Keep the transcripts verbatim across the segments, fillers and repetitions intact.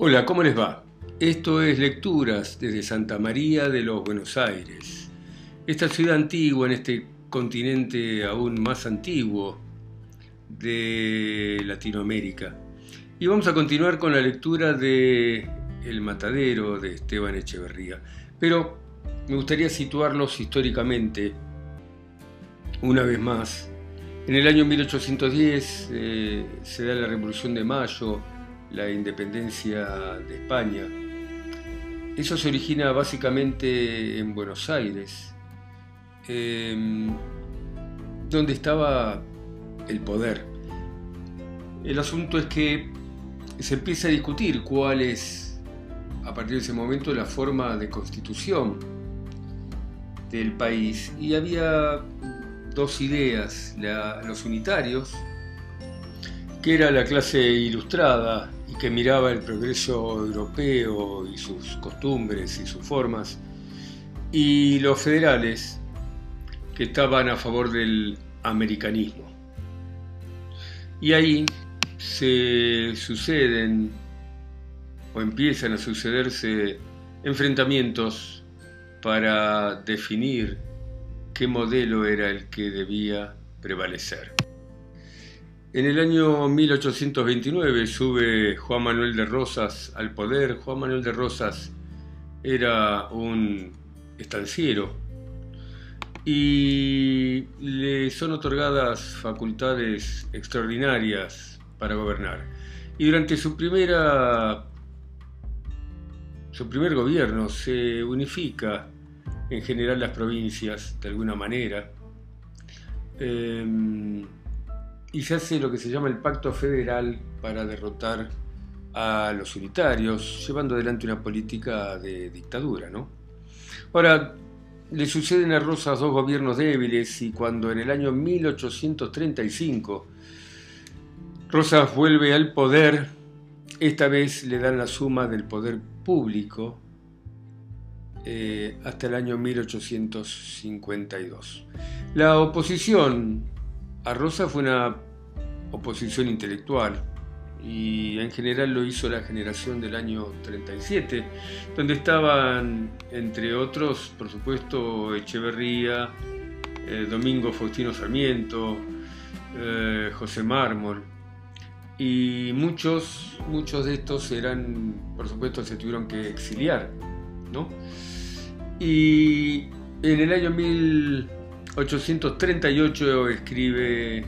Hola, ¿cómo les va? Esto es Lecturas desde Santa María de los Buenos Aires, esta ciudad antigua en este continente aún más antiguo de Latinoamérica. Y vamos a continuar con la lectura de El Matadero de Esteban Echeverría. Pero me gustaría situarlos históricamente una vez más. En el año mil ochocientos diez eh, se da la Revolución de Mayo, la independencia de España. Eso se origina básicamente en Buenos Aires, eh, donde estaba el poder. El asunto es que se empieza a discutir cuál es, a partir de ese momento, la forma de constitución del país. Y había dos ideas: la, los unitarios, que era la clase ilustrada y que miraba el progreso europeo y sus costumbres y sus formas, y los federales, que estaban a favor del americanismo. Y ahí se suceden o empiezan a sucederse enfrentamientos para definir qué modelo era el que debía prevalecer. En el año mil ochocientos veintinueve sube Juan Manuel de Rosas al poder. Juan Manuel de Rosas era un estanciero y le son otorgadas facultades extraordinarias para gobernar. Y durante su primera su primer gobierno se unifica en general las provincias de alguna manera. Eh, Y se hace lo que se llama el Pacto Federal para derrotar a los unitarios, llevando adelante una política de dictadura, ¿no? Ahora, le suceden a Rosas dos gobiernos débiles, y cuando en el año mil ochocientos treinta y cinco Rosas vuelve al poder, esta vez le dan la suma del poder público eh, hasta el año mil ochocientos cincuenta y dos. La oposición a Rosas fue una oposición intelectual, y en general lo hizo la generación del año treinta y siete, donde estaban, entre otros, por supuesto, Echeverría, eh, Domingo Faustino Sarmiento, eh, José Mármol, y muchos, muchos de estos eran, por supuesto, se tuvieron que exiliar, ¿no? Y en el año mil ochocientos treinta y ocho escribe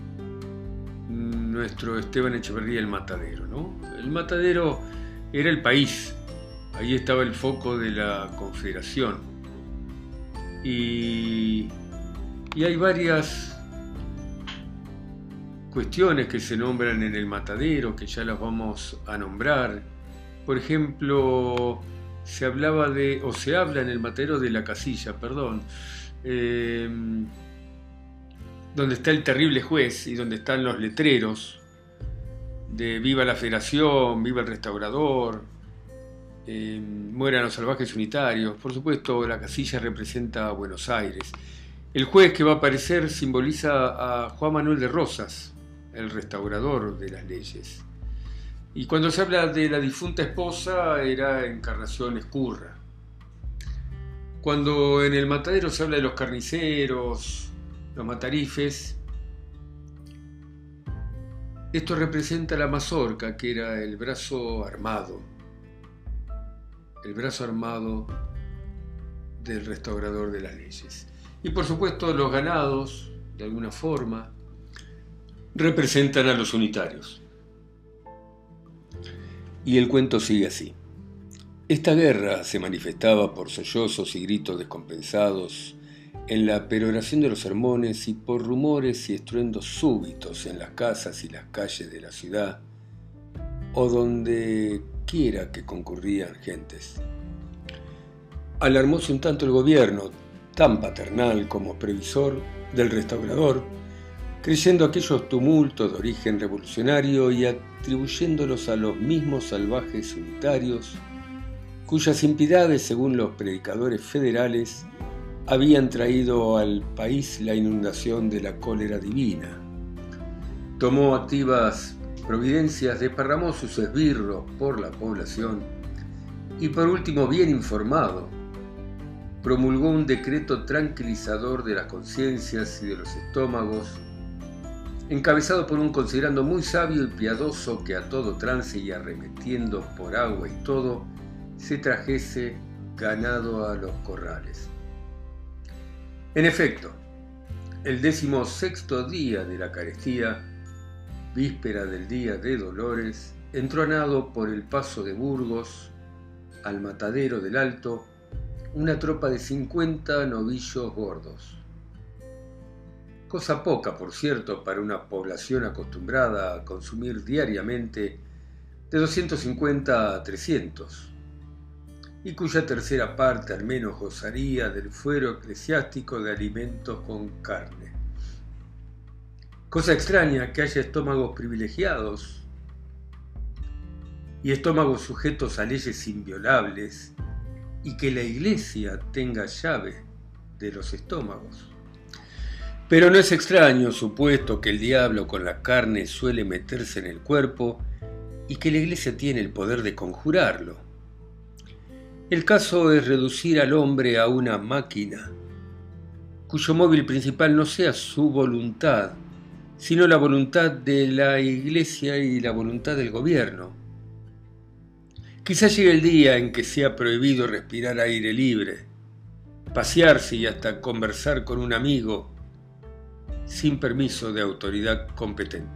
nuestro Esteban Echeverría El Matadero, ¿no? El Matadero era el país, ahí estaba el foco de la Confederación. Y, y hay varias cuestiones que se nombran en El Matadero, que ya las vamos a nombrar. Por ejemplo, se hablaba de, o se habla en El Matadero de la casilla, perdón, Eh, donde está el terrible juez y donde están los letreros de viva la Federación, viva el restaurador, eh, mueran los salvajes unitarios. Por supuesto, la casilla representa a Buenos Aires. El juez que va a aparecer simboliza a Juan Manuel de Rosas, el restaurador de las leyes. Y cuando se habla de la difunta esposa, era Encarnación Escurra. Cuando en El Matadero se habla de los carniceros, los matarifes, esto representa la mazorca, que era el brazo armado, el brazo armado del restaurador de las leyes. Y por supuesto los ganados, de alguna forma, representan a los unitarios. Y el cuento sigue así. Esta guerra se manifestaba por sollozos y gritos descompensados en la peroración de los sermones y por rumores y estruendos súbitos en las casas y las calles de la ciudad, o donde quiera que concurrían gentes. Alarmóse un tanto el gobierno, tan paternal como previsor del restaurador, creyendo aquellos tumultos de origen revolucionario y atribuyéndolos a los mismos salvajes unitarios, cuyas impiedades, según los predicadores federales, habían traído al país la inundación de la cólera divina. Tomó activas Providencias desparramó sus esbirros por la población y, por último, bien informado, promulgó un decreto tranquilizador de las conciencias y de los estómagos, encabezado por un considerando muy sabio y piadoso que a todo trance y arremetiendo por agua y todo, se trajese ganado a los corrales. En efecto, el décimo sexto día de la carestía, víspera del día de Dolores, entronado por el paso de Burgos al matadero del Alto, una tropa de cincuenta novillos gordos. Cosa poca, por cierto, para una población acostumbrada a consumir diariamente de doscientos cincuenta a trescientos, y cuya tercera parte al menos gozaría del fuero eclesiástico de alimentos con carne. Cosa extraña que haya estómagos privilegiados y estómagos sujetos a leyes inviolables y que la Iglesia tenga llave de los estómagos. Pero no es extraño, supuesto que el diablo con la carne suele meterse en el cuerpo y que la Iglesia tiene el poder de conjurarlo. El caso es reducir al hombre a una máquina, cuyo móvil principal no sea su voluntad, sino la voluntad de la Iglesia y la voluntad del gobierno. Quizá llegue el día en que sea prohibido respirar aire libre, pasearse y hasta conversar con un amigo sin permiso de autoridad competente.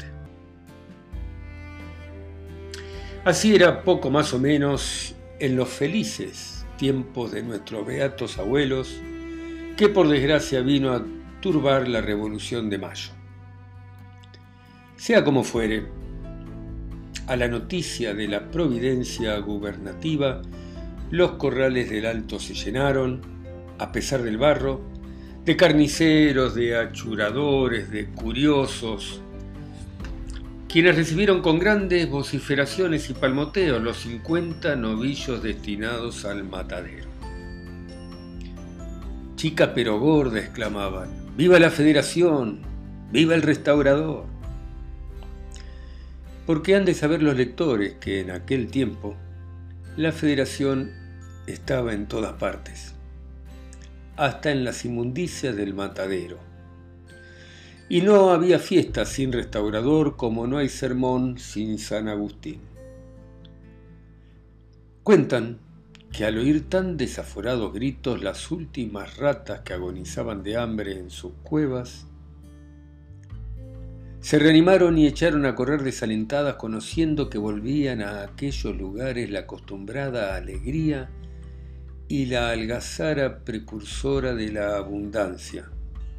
Así era poco más o menos en los felices tiempos de nuestros beatos abuelos, que por desgracia vino a turbar la Revolución de Mayo. Sea como fuere, a la noticia de la providencia gubernativa, los corrales del Alto se llenaron, a pesar del barro, de carniceros, de achuradores, de curiosos, quienes recibieron con grandes vociferaciones y palmoteos los cincuenta novillos destinados al matadero. Chica pero gorda, exclamaban, ¡viva la Federación! ¡Viva el restaurador! Porque han de saber los lectores que en aquel tiempo la Federación estaba en todas partes, hasta en las inmundicias del matadero. Y no había fiesta sin restaurador, como no hay sermón sin San Agustín. Cuentan que al oír tan desaforados gritos, las últimas ratas que agonizaban de hambre en sus cuevas se reanimaron y echaron a correr desalentadas, conociendo que volvían a aquellos lugares la acostumbrada alegría y la algazara precursora de la abundancia.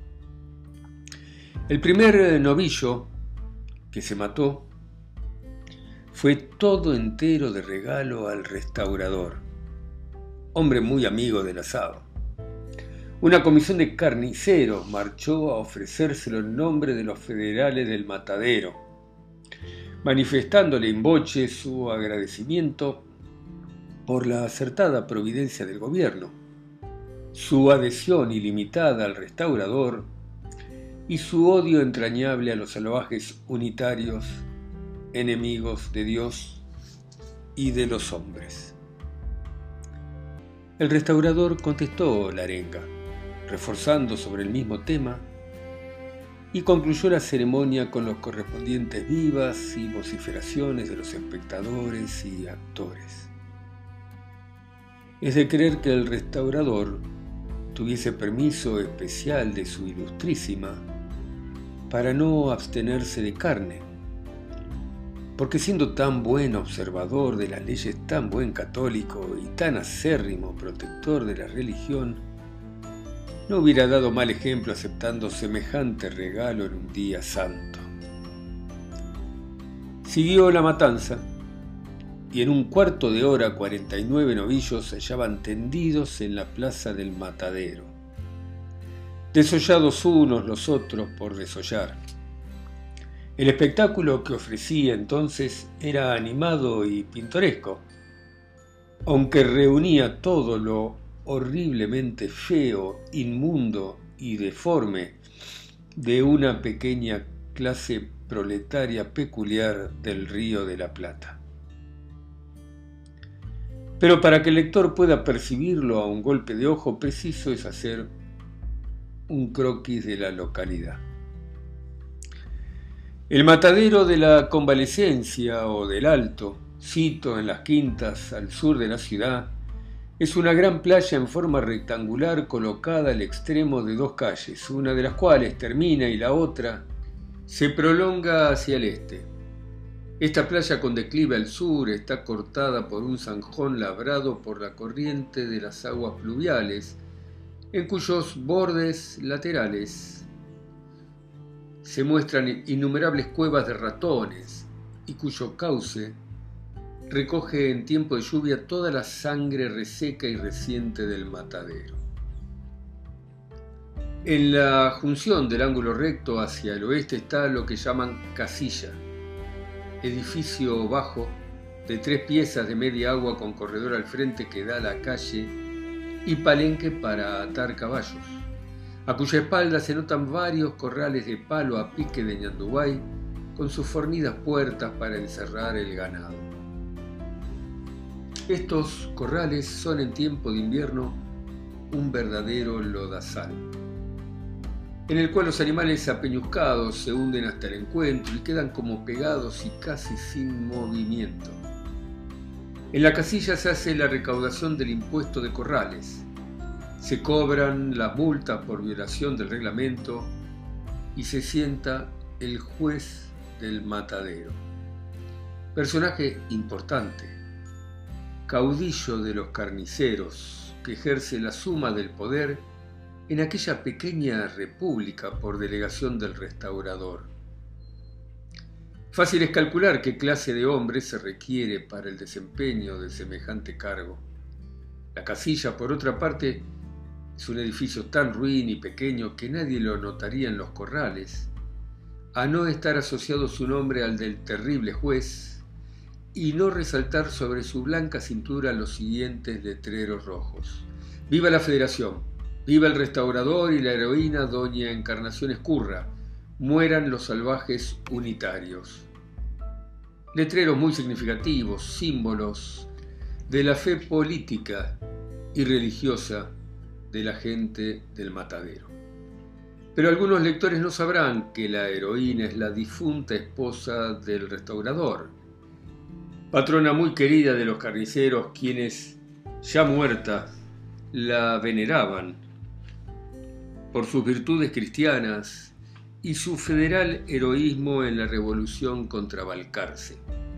El primer novillo que se mató fue todo entero de regalo al restaurador, hombre muy amigo del asado. Una comisión de carniceros marchó a ofrecérselo en nombre de los federales del matadero, manifestándole en voce su agradecimiento por la acertada providencia del gobierno, su adhesión ilimitada al restaurador y su odio entrañable a los salvajes unitarios, enemigos de Dios y de los hombres. El restaurador contestó la arenga, reforzando sobre el mismo tema, y concluyó la ceremonia con los correspondientes vivas y vociferaciones de los espectadores y actores. Es de creer que el restaurador tuviese permiso especial de su ilustrísima para no abstenerse de carne, porque siendo tan buen observador de las leyes, tan buen católico y tan acérrimo protector de la religión, no hubiera dado mal ejemplo aceptando semejante regalo en un día santo. Siguió la matanza, y en un cuarto de hora cuarenta y nueve novillos se hallaban tendidos en la plaza del matadero, desollados unos los otros por desollar. El espectáculo que ofrecía entonces era animado y pintoresco, aunque reunía todo lo horriblemente feo, inmundo y deforme de una pequeña clase proletaria peculiar del Río de la Plata. Pero para que el lector pueda percibirlo a un golpe de ojo, preciso es hacer un croquis de la localidad. El matadero de la Convalecencia o del Alto, sito en las quintas al sur de la ciudad, es una gran playa en forma rectangular colocada al extremo de dos calles, una de las cuales termina y la otra se prolonga hacia el este. Esta playa con declive al sur está cortada por un zanjón labrado por la corriente de las aguas pluviales, en cuyos bordes laterales se muestran innumerables cuevas de ratones y cuyo cauce recoge en tiempo de lluvia toda la sangre reseca y reciente del matadero. En la junción del ángulo recto hacia el oeste está lo que llaman casilla, edificio bajo de tres piezas de media agua con corredor al frente que da a la calle y palenque para atar caballos, a cuya espalda se notan varios corrales de palo a pique de ñandubay con sus fornidas puertas para encerrar el ganado. Estos corrales son en tiempo de invierno un verdadero lodazal, en el cual los animales apeñuscados se hunden hasta el encuentro y quedan como pegados y casi sin movimiento. En la casilla se hace la recaudación del impuesto de corrales, se cobran las multas por violación del reglamento y se sienta el juez del matadero, personaje importante, caudillo de los carniceros, que ejerce la suma del poder en aquella pequeña república por delegación del restaurador. Fácil es calcular qué clase de hombre se requiere para el desempeño de semejante cargo. La casilla, por otra parte, es un edificio tan ruin y pequeño que nadie lo notaría en los corrales, a no estar asociado su nombre al del terrible juez, y no resaltar sobre su blanca cintura los siguientes letreros rojos: ¡Viva la Federación! ¡Viva el restaurador y la heroína doña Encarnación Escurra! ¡Mueran los salvajes unitarios! Letreros muy significativos, símbolos de la fe política y religiosa de la gente del matadero. Pero algunos lectores no sabrán que la heroína es la difunta esposa del restaurador, patrona muy querida de los carniceros, quienes, ya muerta, la veneraban por sus virtudes cristianas y su federal heroísmo en la revolución contra Balcarce.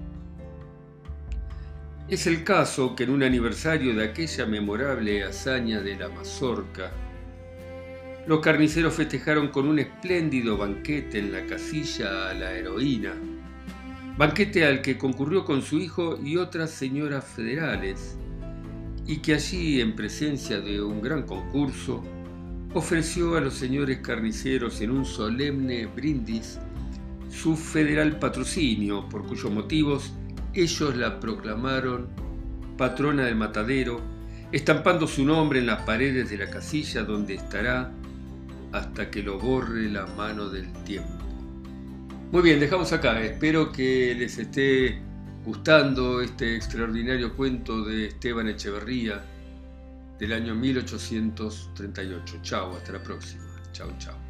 Es el caso que en un aniversario de aquella memorable hazaña de la mazorca, los carniceros festejaron con un espléndido banquete en la casilla a la heroína, banquete al que concurrió con su hijo y otras señoras federales, y que allí, en presencia de un gran concurso, ofreció a los señores carniceros en un solemne brindis su federal patrocinio, por cuyos motivos ellos la proclamaron patrona del matadero, estampando su nombre en las paredes de la casilla, donde estará hasta que lo borre la mano del tiempo. Muy bien, dejamos acá. Espero que les esté gustando este extraordinario cuento de Esteban Echeverría del año mil ochocientos treinta y ocho. Chao, hasta la próxima. Chao, chao.